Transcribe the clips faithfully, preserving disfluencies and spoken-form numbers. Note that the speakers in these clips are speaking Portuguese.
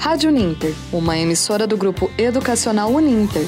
Rádio Uninter, uma emissora do Grupo Educacional Uninter.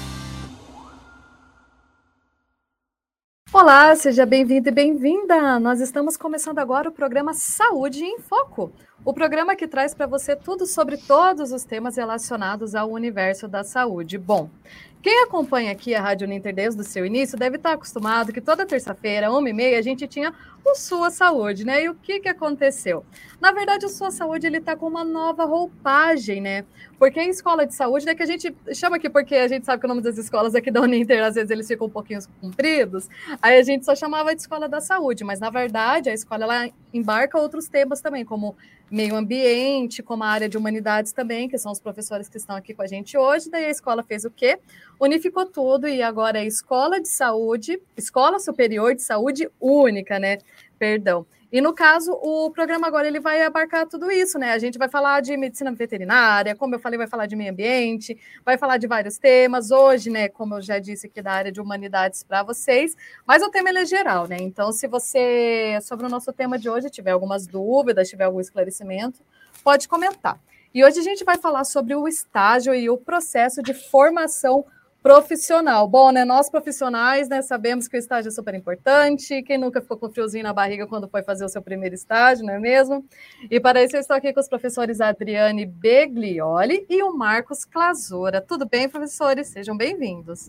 Olá, seja bem-vindo e bem-vinda! Nós estamos começando agora o programa Saúde em Foco, o programa que traz para você tudo sobre todos os temas relacionados ao universo da saúde. Bom, quem acompanha aqui a Rádio Uninter desde o seu início deve estar acostumado que toda terça-feira, uma e meia, a gente tinha o Sua Saúde, né? E o que, que aconteceu? Na verdade, o Sua Saúde ele está com uma nova roupagem, né? Porque a escola de saúde, né, que a gente chama aqui porque a gente sabe que o nome das escolas aqui da Uninter, às vezes eles ficam um pouquinho compridos, aí a gente só chamava de escola da saúde, mas na verdade a escola ela embarca outros temas também, como meio ambiente, como a área de humanidades também, que são os professores que estão aqui com a gente hoje. Daí a escola fez o quê? Unificou tudo e agora é Escola de Saúde, Escola Superior de Saúde Única, né? Perdão. E no caso, o programa agora ele vai abarcar tudo isso, né? A gente vai falar de medicina veterinária, como eu falei, vai falar de meio ambiente, vai falar de vários temas. Hoje, né, como eu já disse aqui da área de humanidades para vocês, mas o tema ele é geral, né? Então, se você, sobre o nosso tema de hoje, tiver algumas dúvidas, tiver algum esclarecimento, pode comentar. E hoje a gente vai falar sobre o estágio e o processo de formação profissional. Bom, né, nós profissionais, né, sabemos que o estágio é super importante. Quem nunca ficou com friozinho na barriga quando foi fazer o seu primeiro estágio, não é mesmo? E para isso eu estou aqui com os professores Adriane Beglioli e o Marcos Clasora. Tudo bem, professores? Sejam bem-vindos.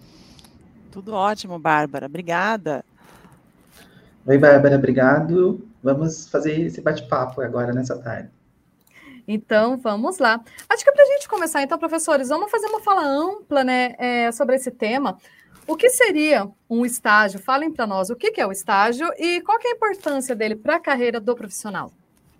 Tudo ótimo, Bárbara. Obrigada. Oi, Bárbara. Obrigado. Vamos fazer esse bate-papo agora nessa tarde. Então, vamos lá. Acho que para a gente começar, então, professores, vamos fazer uma fala ampla, né, é, sobre esse tema. O que seria um estágio? Falem para nós o que é o estágio e qual que é a importância dele para a carreira do profissional.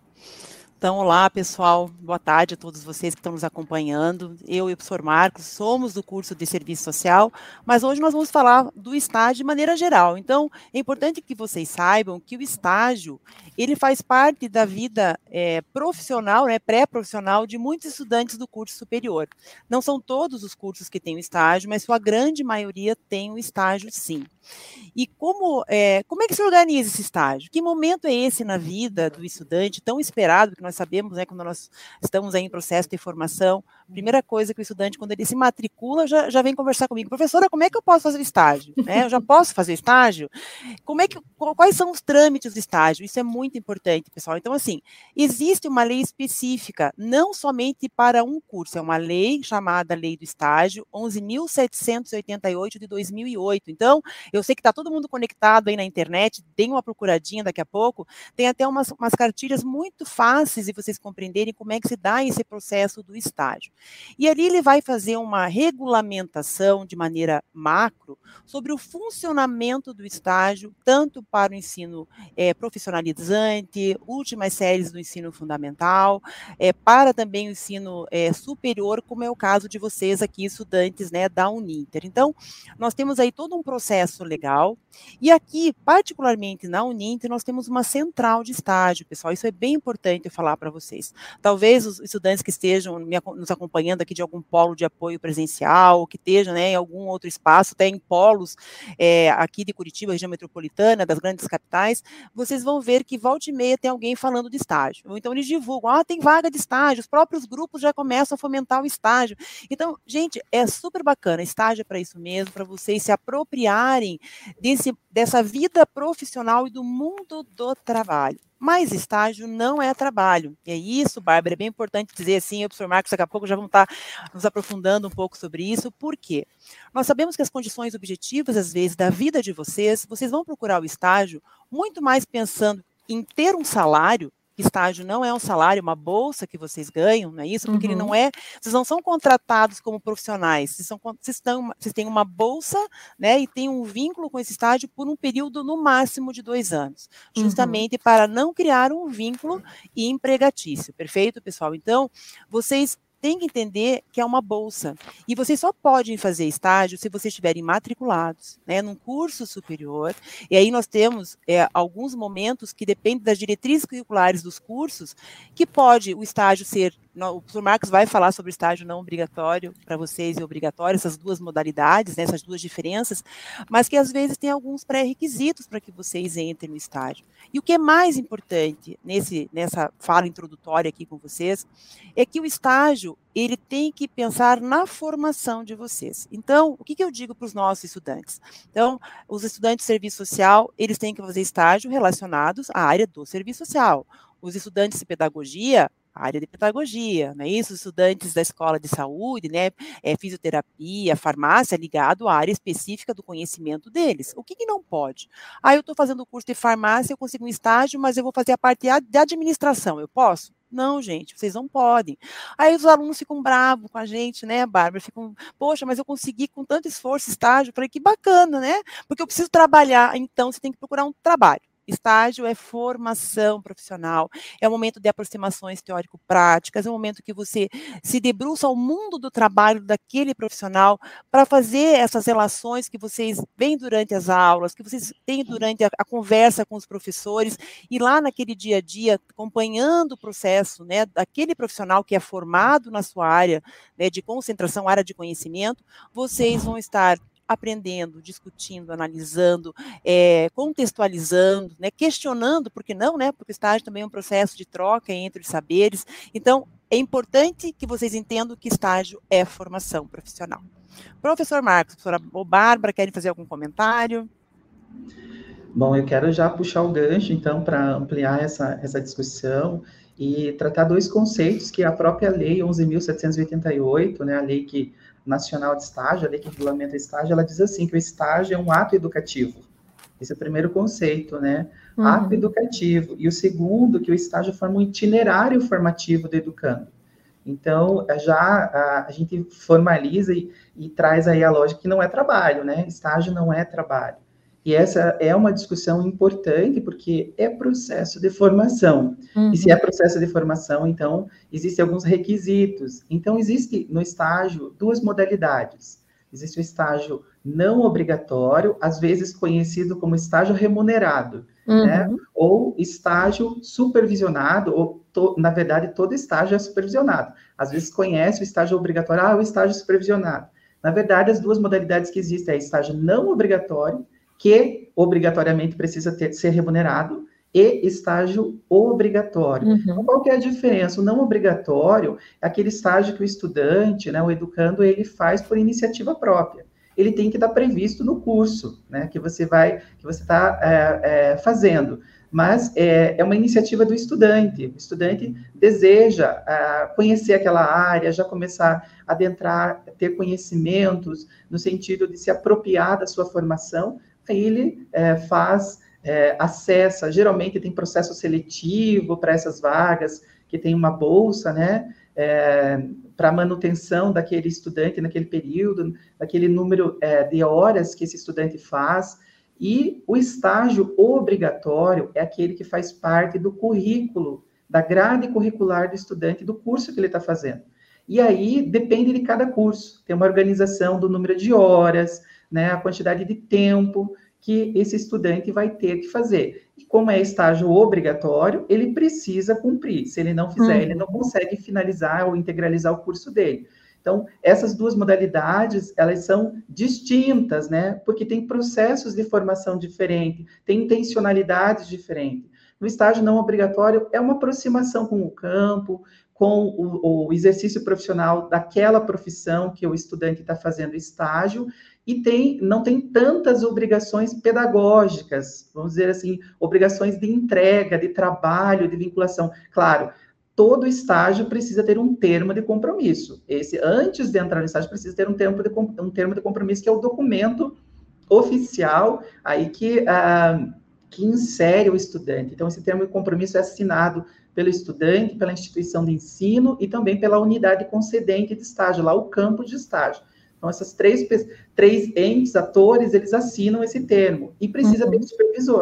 Então, olá, pessoal. Boa tarde a todos vocês que estão nos acompanhando. Eu e o professor Marcos somos do curso de Serviço Social, mas hoje nós vamos falar do estágio de maneira geral. Então, é importante que vocês saibam que o estágio, ele faz parte da vida é, profissional, né, pré-profissional de muitos estudantes do curso superior. Não são todos os cursos que têm o estágio, mas sua grande maioria tem o estágio, sim. E como é, como é que se organiza esse estágio? Que momento é esse na vida do estudante, tão esperado, porque nós sabemos, né, quando nós estamos aí em processo de formação, a primeira coisa que o estudante, quando ele se matricula, já, já vem conversar comigo, professora, como é que eu posso fazer o estágio? Né? Eu já posso fazer o estágio? Como é que, quais são os trâmites do estágio? Isso é muito importante, pessoal. Então, assim, existe uma lei específica, não somente para um curso, é uma lei chamada Lei do Estágio, onze mil setecentos e oitenta e oito de dois mil e oito. Então, eu sei que está todo mundo conectado aí na internet, tem uma procuradinha daqui a pouco, tem até umas, umas cartilhas muito fáceis de vocês compreenderem como é que se dá esse processo do estágio. E ali ele vai fazer uma regulamentação de maneira macro sobre o funcionamento do estágio, tanto para o ensino é, profissionalizante, últimas séries do ensino fundamental, é, para também o ensino é, superior, como é o caso de vocês aqui, estudantes, né, da Uninter. Então, nós temos aí todo um processo legal, e aqui, particularmente na Uninter, nós temos uma central de estágio, pessoal, isso é bem importante eu falar para vocês. Talvez os estudantes que estejam me, nos acompanhando aqui de algum polo de apoio presencial, que estejam, né, em algum outro espaço, até em polos é, aqui de Curitiba, região metropolitana, das grandes capitais, vocês vão ver que volta e meia tem alguém falando de estágio. Ou então eles divulgam, ah, tem vaga de estágio, os próprios grupos já começam a fomentar o estágio. Então, gente, é super bacana, estágio é para isso mesmo, para vocês se apropriarem desse, dessa vida profissional e do mundo do trabalho. Mas estágio não é trabalho. E é isso, Bárbara, é bem importante dizer assim, eu e o professor Marcos, daqui a pouco já vamos estar nos aprofundando um pouco sobre isso. Por quê? Nós sabemos que as condições objetivas, às vezes, da vida de vocês, vocês vão procurar o estágio muito mais pensando em ter um salário. Estágio não é um salário, uma bolsa que vocês ganham, não é isso? Porque uhum. ele não é, vocês não são contratados como profissionais, vocês, são, vocês, estão, vocês têm uma bolsa, né, e tem um vínculo com esse estágio por um período no máximo de dois anos, justamente uhum. para não criar um vínculo empregatício, perfeito, pessoal? Então, vocês tem que entender que é uma bolsa. E vocês só podem fazer estágio se vocês estiverem matriculados, né, num curso superior. E aí nós temos é, alguns momentos que dependem das diretrizes curriculares dos cursos, que pode o estágio ser o professor Marcos vai falar sobre estágio não obrigatório para vocês e obrigatório, essas duas modalidades, né, essas duas diferenças, mas que às vezes tem alguns pré-requisitos para que vocês entrem no estágio. E o que é mais importante nesse, nessa fala introdutória aqui com vocês, é que o estágio, ele tem que pensar na formação de vocês. Então, o que, que eu digo para os nossos estudantes? Então, os estudantes de serviço social, eles têm que fazer estágio relacionados à área do serviço social. Os estudantes de pedagogia, a área de pedagogia, não é isso? Os estudantes da escola de saúde, né, é, fisioterapia, farmácia, ligado à área específica do conhecimento deles. O que, que não pode? Ah, eu estou fazendo o curso de farmácia, eu consigo um estágio, mas eu vou fazer a parte de administração, eu posso? Não, gente, vocês não podem. Aí os alunos ficam bravos com a gente, né, Bárbara? Ficam, poxa, mas eu consegui com tanto esforço estágio. Falei, que bacana, né? Porque eu preciso trabalhar, então você tem que procurar um trabalho. Estágio é formação profissional, é o momento de aproximações teórico-práticas, é o momento que você se debruça ao mundo do trabalho daquele profissional para fazer essas relações que vocês veem durante as aulas, que vocês têm durante a, a conversa com os professores, e lá naquele dia a dia, acompanhando o processo, né, daquele profissional que é formado na sua área, né, de concentração, área de conhecimento, vocês vão estar aprendendo, discutindo, analisando, é, contextualizando, né, questionando, por que não, né, porque o estágio também é um processo de troca entre os saberes. Então, é importante que vocês entendam que estágio é formação profissional. Professor Marcos, professora Bárbara, querem fazer algum comentário? Bom, eu quero já puxar o gancho, então, para ampliar essa, essa discussão e tratar dois conceitos que a própria Lei onze mil setecentos e oitenta e oito, né, a lei que, nacional de estágio, a lei que regulamenta o estágio, ela diz assim, que o estágio é um ato educativo. Esse é o primeiro conceito, né? Uhum. Ato educativo. E o segundo, que o estágio forma um itinerário formativo do educando. Então, já a, a gente formaliza e, e traz aí a lógica que não é trabalho, né? Estágio não é trabalho. E essa é uma discussão importante, porque é processo de formação. Uhum. E se é processo de formação, então, existem alguns requisitos. Então, existe no estágio duas modalidades. Existe o estágio não obrigatório, às vezes conhecido como estágio remunerado, uhum. né? Ou estágio supervisionado, ou, to, na verdade, todo estágio é supervisionado. Às vezes conhece o estágio obrigatório, ah, o estágio supervisionado. Na verdade, as duas modalidades que existem é estágio não obrigatório, que obrigatoriamente precisa ter, ser remunerado, e estágio obrigatório. Uhum. Então, qual que é a diferença? O não obrigatório é aquele estágio que o estudante, né, o educando, ele faz por iniciativa própria. Ele tem que estar previsto no curso, né, que você vai, que você está é, é, fazendo. Mas é, é uma iniciativa do estudante. O estudante deseja uh, conhecer aquela área, já começar a adentrar, ter conhecimentos, no sentido de se apropriar da sua formação. Aí ele é, faz, é, acessa, geralmente tem processo seletivo para essas vagas, que tem uma bolsa, né, é, para manutenção daquele estudante naquele período, daquele número é, de horas que esse estudante faz. E o estágio obrigatório é aquele que faz parte do currículo, da grade curricular do estudante, do curso que ele está fazendo. E aí depende de cada curso, tem uma organização do número de horas, né, a quantidade de tempo que esse estudante vai ter que fazer. E como é estágio obrigatório, ele precisa cumprir. Se ele não fizer, uhum. ele não consegue finalizar ou integralizar o curso dele. Então, essas duas modalidades, elas são distintas, né? Porque tem processos de formação diferentes, tem intencionalidades diferentes. No estágio não obrigatório, é uma aproximação com o campo, com o, o exercício profissional daquela profissão que o estudante está fazendo estágio, e tem, não tem tantas obrigações pedagógicas, vamos dizer assim, obrigações de entrega, de trabalho, de vinculação. Claro, todo estágio precisa ter um termo de compromisso. Esse, antes de entrar no estágio, precisa ter um termo de, um termo de compromisso, que é o documento oficial aí que, ah, que insere o estudante. Então, esse termo de compromisso é assinado pelo estudante, pela instituição de ensino e também pela unidade concedente de estágio, lá o campo de estágio. Então, essas três, três entes, atores, eles assinam esse termo. E precisa uhum. ter um supervisor.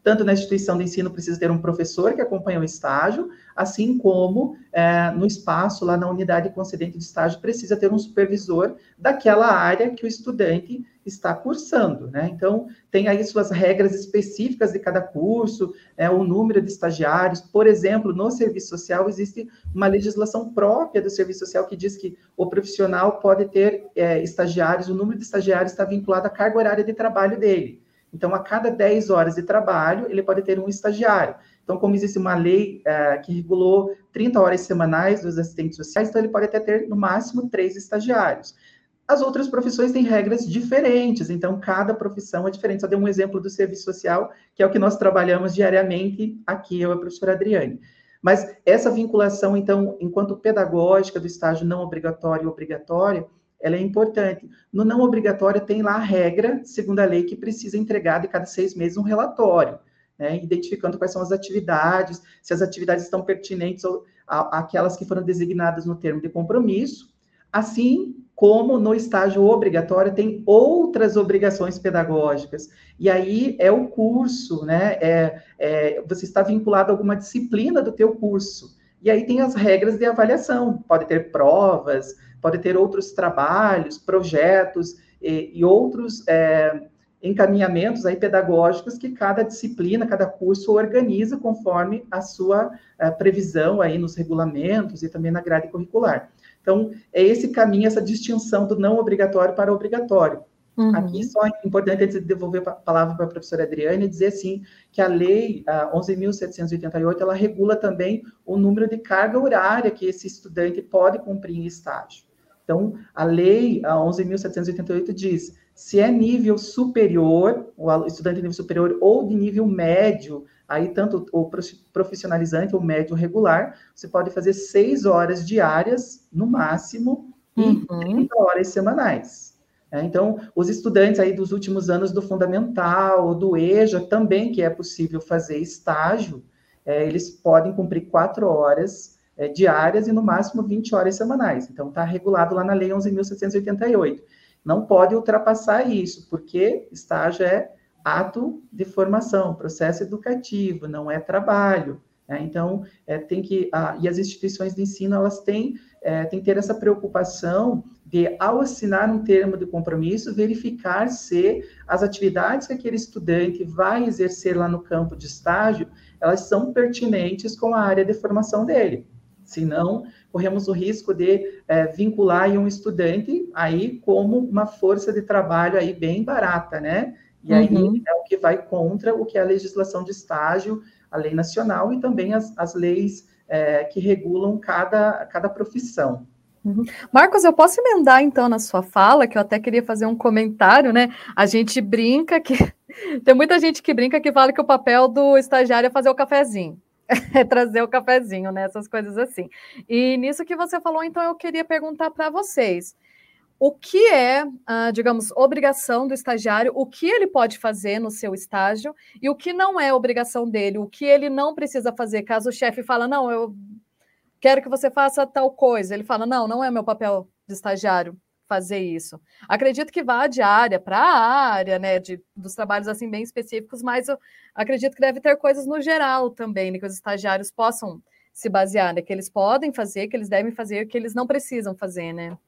tanto na instituição de ensino precisa ter um professor que acompanha o estágio, assim como é, no espaço, lá na unidade concedente de estágio, precisa ter um supervisor daquela área que o estudante está cursando, né? Então, tem aí suas regras específicas de cada curso, é, o número de estagiários. Por exemplo, no serviço social, existe uma legislação própria do serviço social que diz que o profissional pode ter é, estagiários, o número de estagiários está vinculado à carga horária de trabalho dele. Então, a cada dez horas de trabalho, ele pode ter um estagiário. Então, como existe uma lei é, que regulou trinta horas semanais dos assistentes sociais, então ele pode até ter, no máximo, três estagiários. As outras profissões têm regras diferentes, então cada profissão é diferente. Só dei um exemplo do serviço social, que é o que nós trabalhamos diariamente aqui, eu e a professora Adriane. Mas essa vinculação, então, enquanto pedagógica do estágio não obrigatório e obrigatório, ela é importante. No não obrigatório tem lá a regra, segundo a lei, que precisa entregar de cada seis meses um relatório, né, identificando quais são as atividades, se as atividades estão pertinentes ou àquelas que foram designadas no termo de compromisso, assim como no estágio obrigatório tem outras obrigações pedagógicas, e aí é o curso, né, é, é, você está vinculado a alguma disciplina do teu curso, e aí tem as regras de avaliação, pode ter provas, pode ter outros trabalhos, projetos e, e outros é, encaminhamentos aí pedagógicos que cada disciplina, cada curso organiza conforme a sua a previsão aí nos regulamentos e também na grade curricular. Então, é esse caminho, essa distinção do não obrigatório para o obrigatório. Uhum. Aqui, só é importante, antes de devolver a palavra para a professora Adriane, dizer, assim, que a lei a onze mil setecentos e oitenta e oito, ela regula também o número de carga horária que esse estudante pode cumprir em estágio. Então, a lei a onze mil setecentos e oitenta e oito diz, se é nível superior, o estudante de nível superior ou de nível médio, aí tanto o profissionalizante ou médio regular, você pode fazer seis horas diárias, no máximo, e uhum. trinta horas semanais. É, então, os estudantes aí dos últimos anos do Fundamental, do EJA, também que é possível fazer estágio, é, eles podem cumprir quatro horas é, diárias e, no máximo, vinte horas semanais. Então, está regulado lá na Lei onze mil setecentos e oitenta e oito. Não pode ultrapassar isso, porque estágio é ato de formação, processo educativo, não é trabalho. Né? Então, é, tem que... Ah, e as instituições de ensino, elas têm, é, têm que ter essa preocupação de, ao assinar um termo de compromisso, verificar se as atividades que aquele estudante vai exercer lá no campo de estágio, elas são pertinentes com a área de formação dele. Senão, corremos o risco de é, vincular aí um estudante aí como uma força de trabalho aí bem barata, né? E aí uhum. é o que vai contra o que é a legislação de estágio, a lei nacional e também as, as leis é, que regulam cada, cada profissão. Uhum. Marcos, eu posso emendar, então, na sua fala, que eu até queria fazer um comentário, né? A gente brinca que... Tem muita gente que brinca que fala que o papel do estagiário é fazer o cafezinho. É trazer o cafezinho, né? Essas coisas assim. E nisso que você falou, então, eu queria perguntar para vocês. O que é, uh, digamos, obrigação do estagiário, o que ele pode fazer no seu estágio e o que não é obrigação dele, o que ele não precisa fazer, caso o chefe fala, não, eu quero que você faça tal coisa. Ele fala, não, não é meu papel de estagiário fazer isso. Acredito que vá de área para área, né, de, dos trabalhos assim bem específicos, mas eu acredito que deve ter coisas no geral também, né, que os estagiários possam se basear, né, que eles podem fazer, que eles devem fazer, que eles não precisam fazer, né?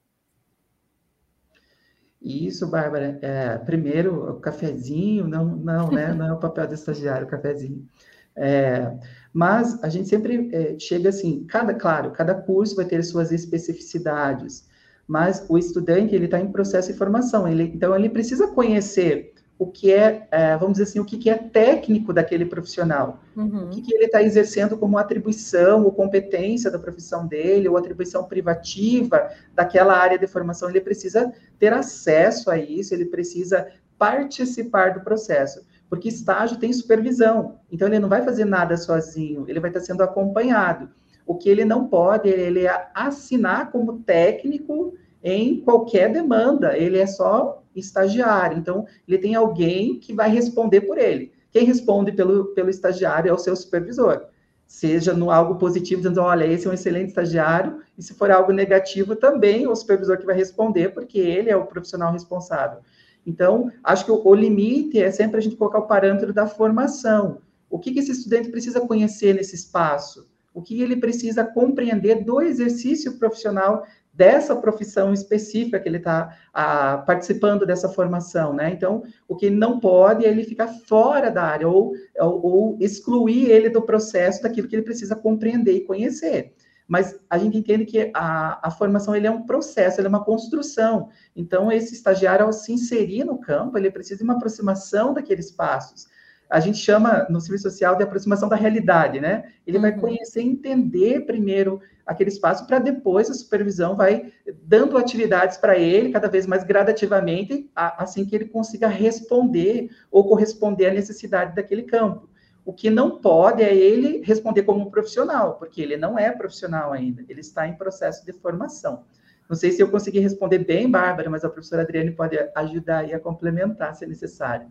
Isso, Bárbara. É, primeiro, o cafezinho, não, não, né, não é o papel do estagiário, o cafezinho. É, mas a gente sempre é, chega assim, cada, claro, cada curso vai ter suas especificidades, mas o estudante, ele está em processo de formação, ele, então ele precisa conhecer o que é, é, vamos dizer assim, o que, que é técnico daquele profissional, uhum. o que, que ele está exercendo como atribuição ou competência da profissão dele, ou atribuição privativa daquela área de formação, ele precisa ter acesso a isso, ele precisa participar do processo, porque estágio tem supervisão, então ele não vai fazer nada sozinho, ele vai estar sendo acompanhado. O que ele não pode, ele é assinar como técnico em qualquer demanda, ele é só estagiário, então ele tem alguém que vai responder por ele. Quem responde pelo, pelo estagiário é o seu supervisor, seja no algo positivo, dizendo, olha, esse é um excelente estagiário, e se for algo negativo também, o supervisor que vai responder, porque ele é o profissional responsável. Então, acho que o, o limite é sempre a gente colocar o parâmetro da formação, O que, que esse estudante precisa conhecer nesse espaço? O que ele precisa compreender do exercício profissional dessa profissão específica que ele está participando dessa formação, né? Então, o que não pode é ele ficar fora da área ou, ou, ou excluir ele do processo daquilo que ele precisa compreender e conhecer. Mas a gente entende que a, a formação ele é um processo, ele é uma construção. Então, esse estagiário, ao se inserir no campo, ele precisa de uma aproximação daqueles passos. A gente chama, no serviço social, de aproximação da realidade, né? Ele uhum. vai conhecer, entender primeiro aquele espaço, para depois a supervisão vai dando atividades para ele, cada vez mais gradativamente, assim que ele consiga responder ou corresponder à necessidade daquele campo. O que não pode é ele responder como um profissional, porque ele não é profissional ainda, ele está em processo de formação. Não sei se eu consegui responder bem, Bárbara, mas a professora Adriane pode ajudar aí a complementar, se necessário.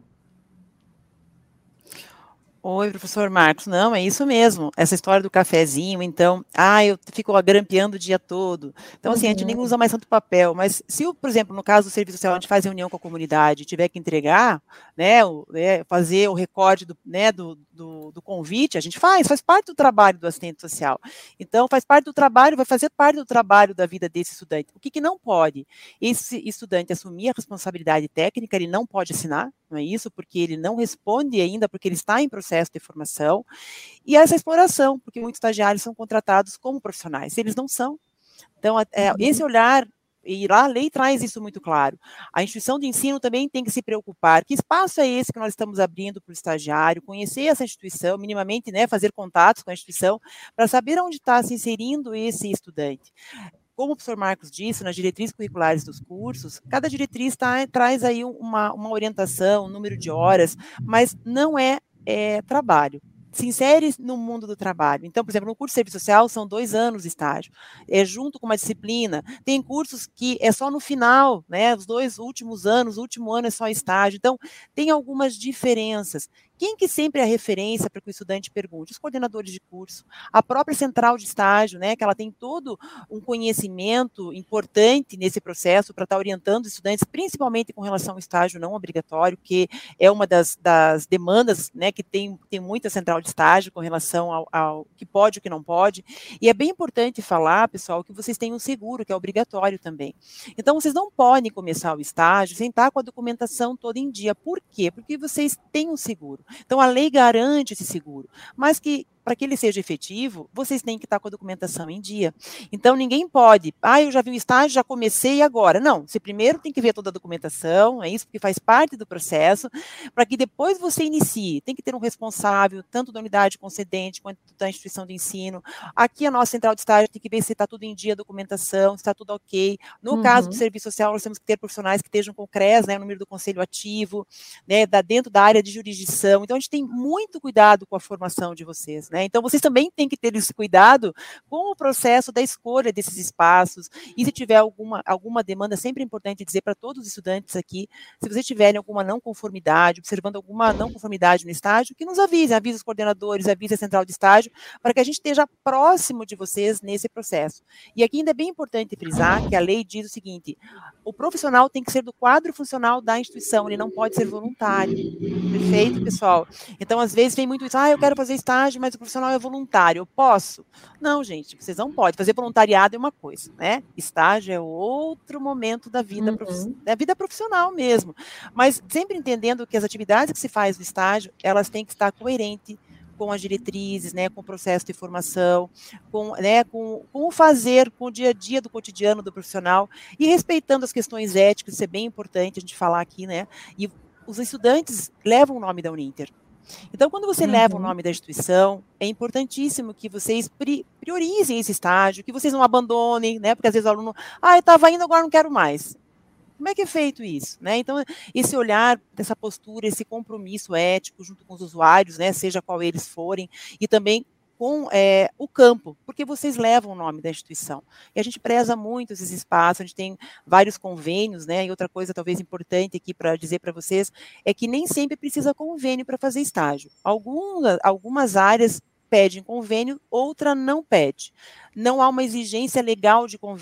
Oi, professor Marcos. Não, é isso mesmo. Essa história do cafezinho, então, ah, eu fico grampeando o dia todo. Então, assim, uhum. a gente nem usa mais tanto papel, mas se, por exemplo, no caso do serviço social, a gente faz reunião com a comunidade e tiver que entregar, né, o, é, fazer o recorde do, né, do, do, do convite, a gente faz, faz parte do trabalho do assistente social. Então, faz parte do trabalho, vai fazer parte do trabalho da vida desse estudante. O que, que não pode? Esse estudante assumir a responsabilidade técnica, ele não pode assinar, não é isso? Porque ele não responde ainda, porque ele está em processo de formação, e essa exploração, porque muitos estagiários são contratados como profissionais, eles não são. Então, é, esse olhar, e lá a lei traz isso muito claro, a instituição de ensino também tem que se preocupar, que espaço é esse que nós estamos abrindo para o estagiário, conhecer essa instituição, minimamente, né, fazer contatos com a instituição, para saber onde está se inserindo esse estudante. Como o professor Marcos disse, nas diretrizes curriculares dos cursos, cada diretriz tá, traz aí uma, uma orientação, um número de horas, mas não é, é trabalho. Se insere no mundo do trabalho. Então, por exemplo, no curso de serviço social são dois anos de estágio, é junto com uma disciplina. Tem cursos que é só no final, né? Os dois últimos anos, o último ano é só estágio. Então, tem algumas diferenças. Quem que sempre é a referência para que o estudante pergunte? Os coordenadores de curso, a própria central de estágio, né, que ela tem todo um conhecimento importante nesse processo para estar orientando os estudantes, principalmente com relação ao estágio não obrigatório, que é uma das, das demandas, né, que tem, tem muita central de estágio com relação ao, ao que pode e o que não pode. E é bem importante falar, pessoal, que vocês têm um seguro, que é obrigatório também. Então, vocês não podem começar o estágio sem estar com a documentação toda em dia. Por quê? Porque vocês têm um seguro. Então, a lei garante esse seguro, mas que, para que ele seja efetivo, vocês têm que estar com a documentação em dia. Então, ninguém pode, ah, eu já vi o estágio, já comecei agora. Não, você primeiro tem que ver toda a documentação, é isso, porque faz parte do processo, para que depois você inicie. Tem que ter um responsável, tanto da unidade concedente, quanto da instituição de ensino. Aqui, a nossa central de estágio tem que ver se está tudo em dia, a documentação, se está tudo ok. No uhum. caso do serviço social, nós temos que ter profissionais que estejam com o C R E S, né, o número do conselho ativo, né, da, dentro da área de jurisdição. Então, a gente tem muito cuidado com a formação de vocês, né? Então, vocês também têm que ter esse cuidado com o processo da escolha desses espaços. E se tiver alguma, alguma demanda, sempre é importante dizer para todos os estudantes aqui, se vocês tiverem alguma não conformidade, observando alguma não conformidade no estágio, que nos avisem, avise os coordenadores, avise a central de estágio, para que a gente esteja próximo de vocês nesse processo. E aqui ainda é bem importante frisar que a lei diz o seguinte, o profissional tem que ser do quadro funcional da instituição, ele não pode ser voluntário. Perfeito, pessoal? Então, às vezes, vem muito isso, ah, eu quero fazer estágio, mas o profissional é voluntário, eu posso? Não, gente, vocês não podem. Fazer voluntariado é uma coisa, né? Estágio é outro momento da vida, uhum. prof... da vida profissional mesmo. Mas sempre entendendo que as atividades que se faz no estágio, elas têm que estar coerentes com as diretrizes, né, com o processo de formação, com, né, com, com o fazer, com o dia a dia do cotidiano do profissional e respeitando as questões éticas, isso é bem importante a gente falar aqui, né? E os estudantes levam o nome da Uninter. Então, quando você uhum. leva o nome da instituição, é importantíssimo que vocês pri priorizem esse estágio, que vocês não abandonem, né? Porque às vezes o aluno, ah, eu estava indo, agora não quero mais. Como é que é feito isso, né? Então, esse olhar, essa postura, esse compromisso ético junto com os usuários, né? Seja qual eles forem, e também com é, o campo, porque vocês levam o nome da instituição. E a gente preza muito esses espaços, a gente tem vários convênios, né? E outra coisa talvez importante aqui para dizer para vocês, é que nem sempre precisa convênio para fazer estágio. Algumas, algumas áreas pedem convênio, outra não pede. Não há uma exigência legal de convênio.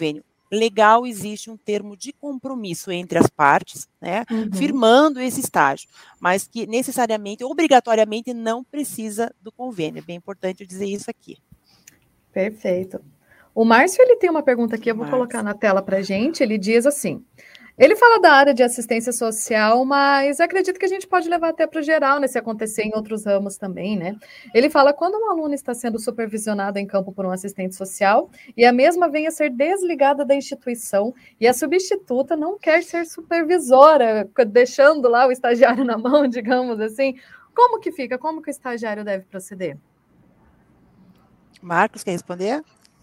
legal existe um termo de compromisso entre as partes, né, uhum. firmando esse estágio, mas que necessariamente, obrigatoriamente, não precisa do convênio. É bem importante dizer isso aqui. Perfeito. O Márcio, ele tem uma pergunta aqui, eu vou Márcio. colocar na tela para a gente, ele diz assim, ele fala da área de assistência social, mas acredito que a gente pode levar até para o geral, né, se acontecer em outros ramos também, né? Ele fala, quando um aluno está sendo supervisionado em campo por um assistente social e a mesma vem a ser desligada da instituição e a substituta não quer ser supervisora, deixando lá o estagiário na mão, digamos assim, como que fica? Como que o estagiário deve proceder? Marcos, quer responder?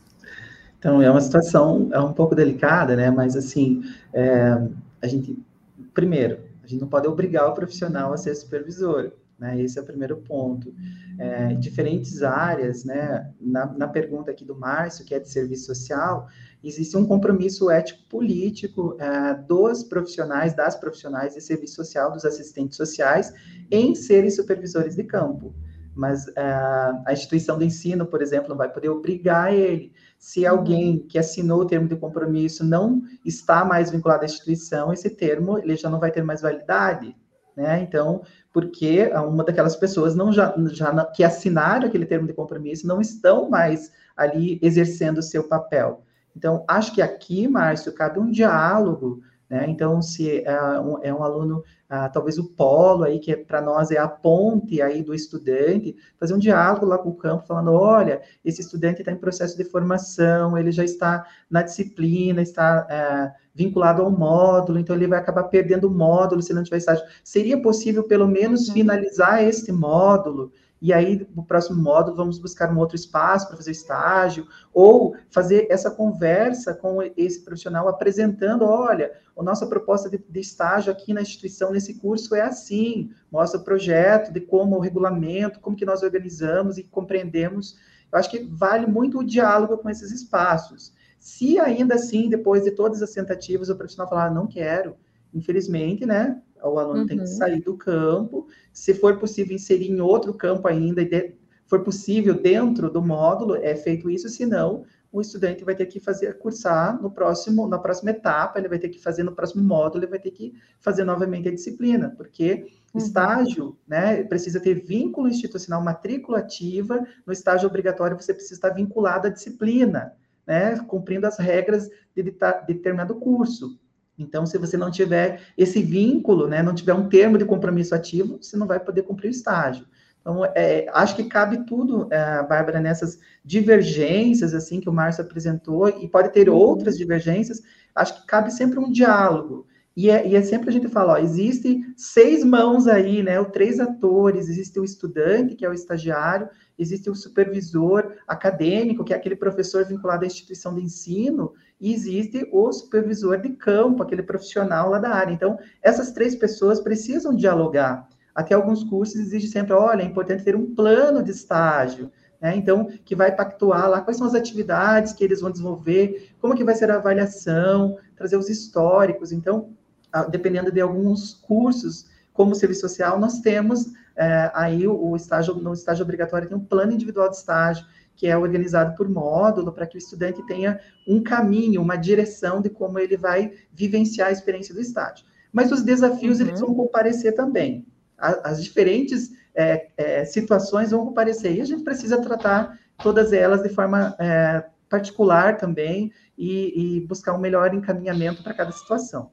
Então, é uma situação é um pouco delicada, né? Mas, assim, é, a gente, primeiro, a gente não pode obrigar o profissional a ser supervisor, né? Esse é o primeiro ponto. É, diferentes áreas, né? Na, na pergunta aqui do Márcio, que é de serviço social, existe um compromisso ético-político é, dos profissionais, das profissionais de serviço social, dos assistentes sociais, em serem supervisores de campo. Mas uh, a instituição de ensino, por exemplo, não vai poder obrigar ele. Se alguém que assinou o termo de compromisso não está mais vinculado à instituição, esse termo ele já não vai ter mais validade, né? Então, porque uma daquelas pessoas não já, já que assinaram aquele termo de compromisso não estão mais ali exercendo o seu papel. Então, acho que aqui, Márcio, cabe um diálogo, né? Então, se é um, é um aluno, ah, talvez o polo aí, que é, para nós é a ponte aí do estudante, fazer um diálogo lá com o campo, falando, olha, esse estudante está em processo de formação, ele já está na disciplina, está é, vinculado ao módulo, então ele vai acabar perdendo o módulo se não tiver estágio. Seria possível, pelo menos, uhum. finalizar este módulo, e aí, no próximo módulo, vamos buscar um outro espaço para fazer estágio, ou fazer essa conversa com esse profissional, apresentando, olha, a nossa proposta de, de estágio aqui na instituição, nesse curso, é assim, mostra o projeto, de como o regulamento, como que nós organizamos e compreendemos. Eu acho que vale muito o diálogo com esses espaços. Se ainda assim, depois de todas as tentativas, o profissional falar, não quero, infelizmente, né, o aluno uhum. tem que sair do campo, se for possível inserir em outro campo ainda, e de, for possível dentro do módulo, é feito isso, senão o estudante vai ter que fazer, cursar no próximo, na próxima etapa, ele vai ter que fazer no próximo módulo, ele vai ter que fazer novamente a disciplina, porque uhum. estágio, né, precisa ter vínculo institucional, matrícula ativa, no estágio obrigatório você precisa estar vinculado à disciplina, né, cumprindo as regras de, de, de determinado curso. Então, se você não tiver esse vínculo, né, não tiver um termo de compromisso ativo, você não vai poder cumprir o estágio. Então, é, acho que cabe tudo, é, Bárbara, nessas divergências, assim, que o Márcio apresentou, e pode ter uhum. outras divergências, acho que cabe sempre um diálogo. E é, e é sempre a gente fala, ó, existe seis mãos aí, né, ou três atores, existe o estudante, que é o estagiário, existe o supervisor acadêmico, que é aquele professor vinculado à instituição de ensino, e existe o supervisor de campo, aquele profissional lá da área. Então, essas três pessoas precisam dialogar. Até alguns cursos exige sempre, olha, é importante ter um plano de estágio, né? Então, que vai pactuar lá quais são as atividades que eles vão desenvolver, como que vai ser a avaliação, trazer os históricos. Então, dependendo de alguns cursos, como serviço social, nós temos é, aí o, o estágio, no estágio obrigatório tem um plano individual de estágio, que é organizado por módulo, para que o estudante tenha um caminho, uma direção de como ele vai vivenciar a experiência do estágio. Mas os desafios, uhum. eles vão comparecer também. As diferentes é, é, situações vão comparecer, e a gente precisa tratar todas elas de forma é, particular também, e, e buscar um melhor encaminhamento para cada situação.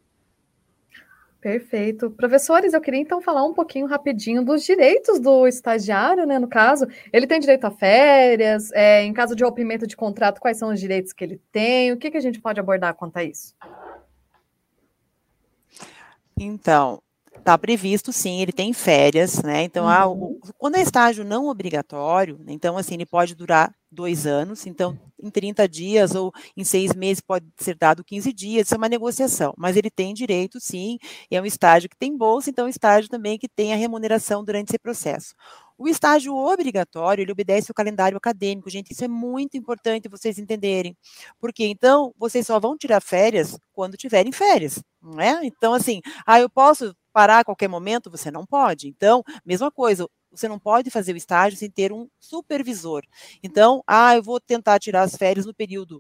Perfeito. Professores, eu queria então falar um pouquinho rapidinho dos direitos do estagiário, né, no caso. Ele tem direito a férias, é, em caso de rompimento de contrato, quais são os direitos que ele tem? O que, que a gente pode abordar quanto a isso? Então, está previsto, sim, ele tem férias, né? Então, uhum. ah, o, quando é estágio não obrigatório, então, assim, ele pode durar dois anos, então, em trinta dias ou em seis meses pode ser dado quinze dias, isso é uma negociação, mas ele tem direito, sim, é um estágio que tem bolsa, então, é um estágio também que tem a remuneração durante esse processo. O estágio obrigatório, ele obedece ao calendário acadêmico, gente, isso é muito importante vocês entenderem, porque, então, vocês só vão tirar férias quando tiverem férias, não é? Então, assim, ah, eu posso parar a qualquer momento? Você não pode. Então, mesma coisa, você não pode fazer o estágio sem ter um supervisor. Então, ah, eu vou tentar tirar as férias no período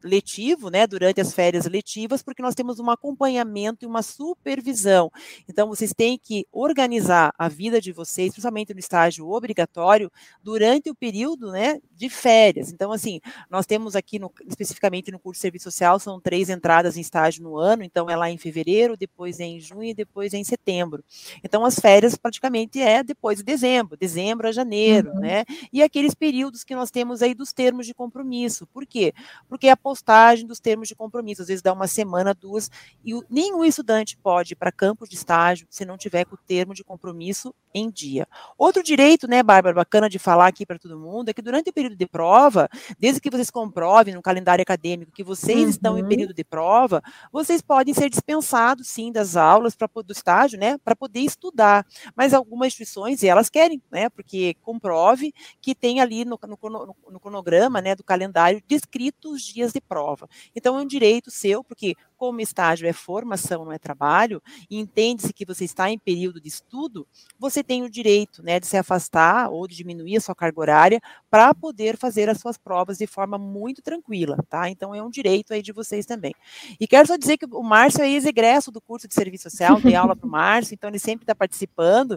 letivo, né, durante as férias letivas, porque nós temos um acompanhamento e uma supervisão. Então, vocês têm que organizar a vida de vocês, principalmente no estágio obrigatório, durante o período, né, de férias. Então, assim, nós temos aqui, no, especificamente no curso de serviço social, são três entradas em estágio no ano, então é lá em fevereiro, depois é em junho e depois é em setembro. Então, as férias praticamente é depois de dezembro, dezembro a janeiro, uhum. né, e aqueles períodos que nós temos aí dos termos de compromisso. Por quê? Porque a postagem dos termos de compromisso, às vezes dá uma semana, duas, e o, nenhum estudante pode ir para campo de estágio se não tiver com o termo de compromisso em dia. Outro direito, né, Bárbara, bacana de falar aqui para todo mundo, é que durante o período de prova, desde que vocês comprovem no calendário acadêmico que vocês uhum. estão em período de prova, vocês podem ser dispensados, sim, das aulas pra, do estágio, né, para poder estudar. Mas algumas instituições, elas querem, né, porque comprove que tem ali no, no, no cronograma, né, do calendário descrito os dias de prova. Então, é um direito seu, porque como estágio é formação, não é trabalho, e entende-se que você está em período de estudo, você tem o direito, né, de se afastar ou de diminuir a sua carga horária para poder fazer as suas provas de forma muito tranquila, tá? Então, é um direito aí de vocês também. E quero só dizer que o Márcio é ex-egresso do curso de serviço social, dei aula para o Márcio, então ele sempre está participando,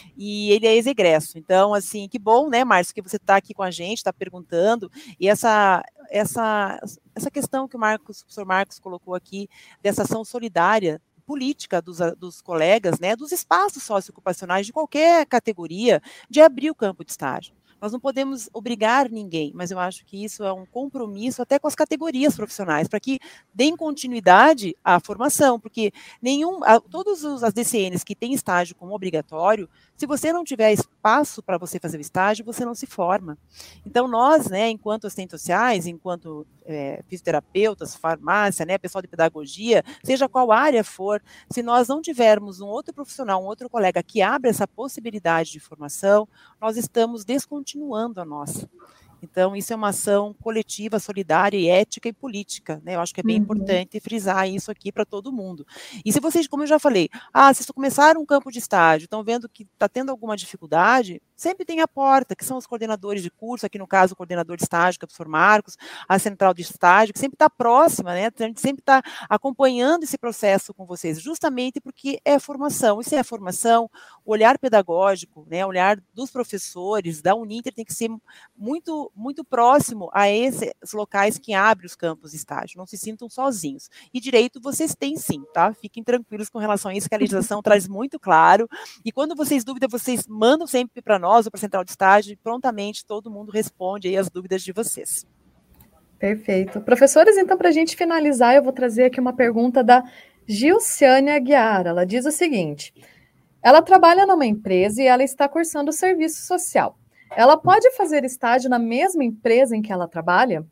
e ele é ex-egresso. Então, assim, que bom, né, Márcio, que você está aqui com a gente, está perguntando, e essa... essa essa questão que o, Marcos, o professor Marcos colocou aqui, dessa ação solidária política dos, dos colegas, né, dos espaços socioocupacionais de qualquer categoria, de abrir o campo de estágio. Nós não podemos obrigar ninguém, mas eu acho que isso é um compromisso até com as categorias profissionais, para que deem continuidade à formação, porque nenhum, todas as D C Ns que têm estágio como obrigatório, se você não tiver espaço para você fazer o estágio, você não se forma. Então, nós, né, enquanto assistentes sociais, enquanto é, fisioterapeutas, farmácia, né, pessoal de pedagogia, seja qual área for, se nós não tivermos um outro profissional, um outro colega que abra essa possibilidade de formação, nós estamos descontinuando a nossa. Então, isso é uma ação coletiva, solidária, e ética e política, né? Eu acho que é bem uhum. importante frisar isso aqui para todo mundo. E se vocês, como eu já falei, ah, se começaram um campo de estágio, estão vendo que está tendo alguma dificuldade, sempre tem a porta, que são os coordenadores de curso, aqui no caso o coordenador de estágio, que é o professor Marcos, a central de estágio, que sempre está próxima, né? A gente sempre está acompanhando esse processo com vocês, justamente porque é formação. E se é formação, o olhar pedagógico, né? O olhar dos professores, da Uninter tem que ser muito muito próximo a esses locais que abrem os campos de estágio, não se sintam sozinhos. E direito vocês têm sim, tá? Fiquem tranquilos com relação a isso, que a legislação traz muito claro, e quando vocês dúvidam, vocês mandam sempre para nós, ou para a central de estágio, e prontamente todo mundo responde aí as dúvidas de vocês. Perfeito. Professores, então, para a gente finalizar, eu vou trazer aqui uma pergunta da Gilciane Aguiar. Ela diz o seguinte: ela trabalha numa empresa e ela está cursando serviço social. Ela pode fazer estágio na mesma empresa em que ela trabalha?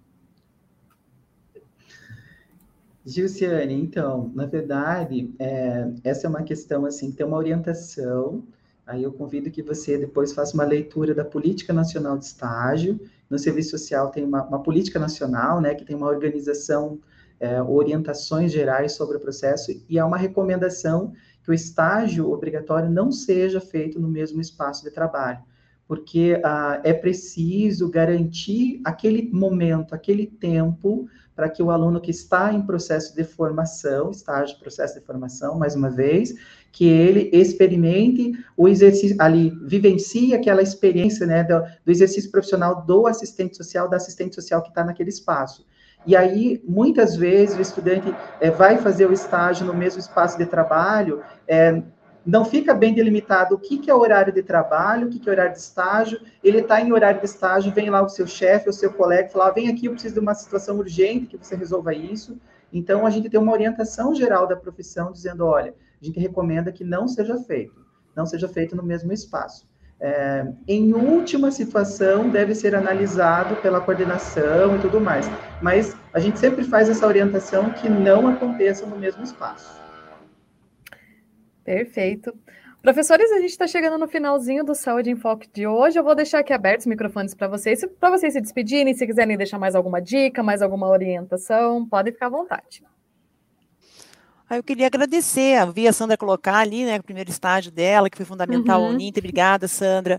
Gilciane, então, na verdade, é, essa é uma questão, assim, tem uma orientação, aí eu convido que você depois faça uma leitura da Política Nacional de Estágio. No Serviço Social tem uma, uma política nacional, né, que tem uma organização, é, orientações gerais sobre o processo, e há uma recomendação que o estágio obrigatório não seja feito no mesmo espaço de trabalho, porque ah, é preciso garantir aquele momento, aquele tempo, para que o aluno que está em processo de formação, estágio, processo de formação, mais uma vez, que ele experimente o exercício, ali, vivencie aquela experiência, né, do, do exercício profissional do assistente social, da assistente social que está naquele espaço. E aí, muitas vezes, o estudante é, vai fazer o estágio no mesmo espaço de trabalho, é, não fica bem delimitado o que, que é horário de trabalho, o que, que é horário de estágio. Ele está em horário de estágio, vem lá o seu chefe, o seu colega, fala, ah, vem aqui, eu preciso de uma situação urgente, que você resolva isso. Então, a gente tem uma orientação geral da profissão, dizendo, olha, a gente recomenda que não seja feito, não seja feito no mesmo espaço. É, em última situação, deve ser analisado pela coordenação e tudo mais, mas a gente sempre faz essa orientação que não aconteça no mesmo espaço. Perfeito. Professores, a gente está chegando no finalzinho do Saúde em Foco de hoje. Eu vou deixar aqui abertos os microfones para vocês, para vocês se despedirem, se quiserem deixar mais alguma dica, mais alguma orientação, podem ficar à vontade. Ah, eu queria agradecer, eu vi a Sandra colocar ali, né, o primeiro estágio dela, que foi fundamental, uhum. a Uninter, obrigada, Sandra.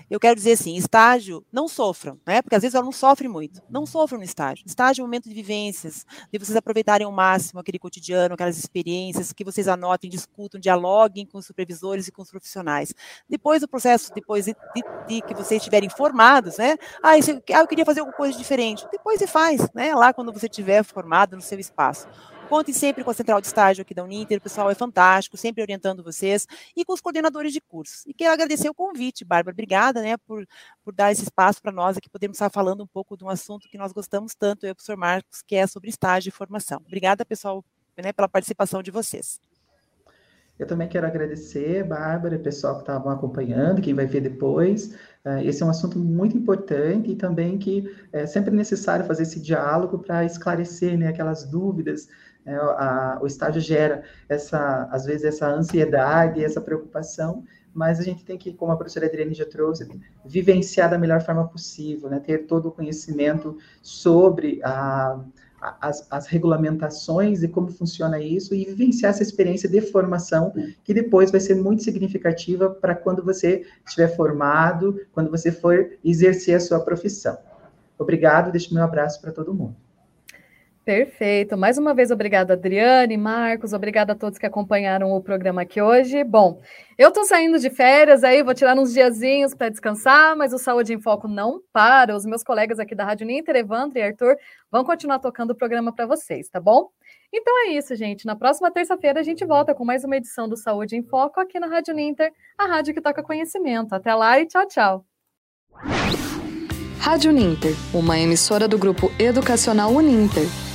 eu quero dizer assim, estágio, não sofram, né? Porque às vezes ela não sofre muito. Não sofram no estágio. Estágio é um momento de vivências, de vocês aproveitarem ao máximo aquele cotidiano, aquelas experiências, que vocês anotem, discutam, dialoguem com os supervisores e com os profissionais. Depois do processo, depois de, de, de que vocês estiverem formados, né? Ah, esse, ah, eu queria fazer alguma coisa diferente. Depois você faz, né? Lá quando você estiver formado no seu espaço. Contem sempre com a central de estágio aqui da Uninter, o pessoal é fantástico, sempre orientando vocês, e com os coordenadores de cursos. E quero agradecer o convite, Bárbara, obrigada, né, por, por dar esse espaço para nós aqui, podemos estar falando um pouco de um assunto que nós gostamos tanto, eu e o professor Marcos, que é sobre estágio e formação. Obrigada, pessoal, né, pela participação de vocês. Eu também quero agradecer, Bárbara, o pessoal que estavam acompanhando, quem vai ver depois. Esse é um assunto muito importante e também que é sempre necessário fazer esse diálogo para esclarecer, né, aquelas dúvidas. É, a, o estágio gera, essa, às vezes, essa ansiedade, essa preocupação, mas a gente tem que, como a professora Adriane já trouxe, vivenciar da melhor forma possível, né, ter todo o conhecimento sobre a... As, as regulamentações e como funciona isso, e vivenciar essa experiência de formação, que depois vai ser muito significativa para quando você estiver formado, quando você for exercer a sua profissão. Obrigado, deixo meu abraço para todo mundo. Perfeito. Mais uma vez, obrigada, Adriane, Marcos, obrigada a todos que acompanharam o programa aqui hoje. Bom, eu estou saindo de férias aí, vou tirar uns diazinhos para descansar, mas o Saúde em Foco não para. Os meus colegas aqui da Rádio Uninter, Evandro e Arthur, vão continuar tocando o programa para vocês, tá bom? Então é isso, gente. Na próxima terça-feira a gente volta com mais uma edição do Saúde em Foco aqui na Rádio Uninter, a rádio que toca conhecimento. Até lá e tchau, tchau. Rádio Uninter, uma emissora do Grupo Educacional Uninter.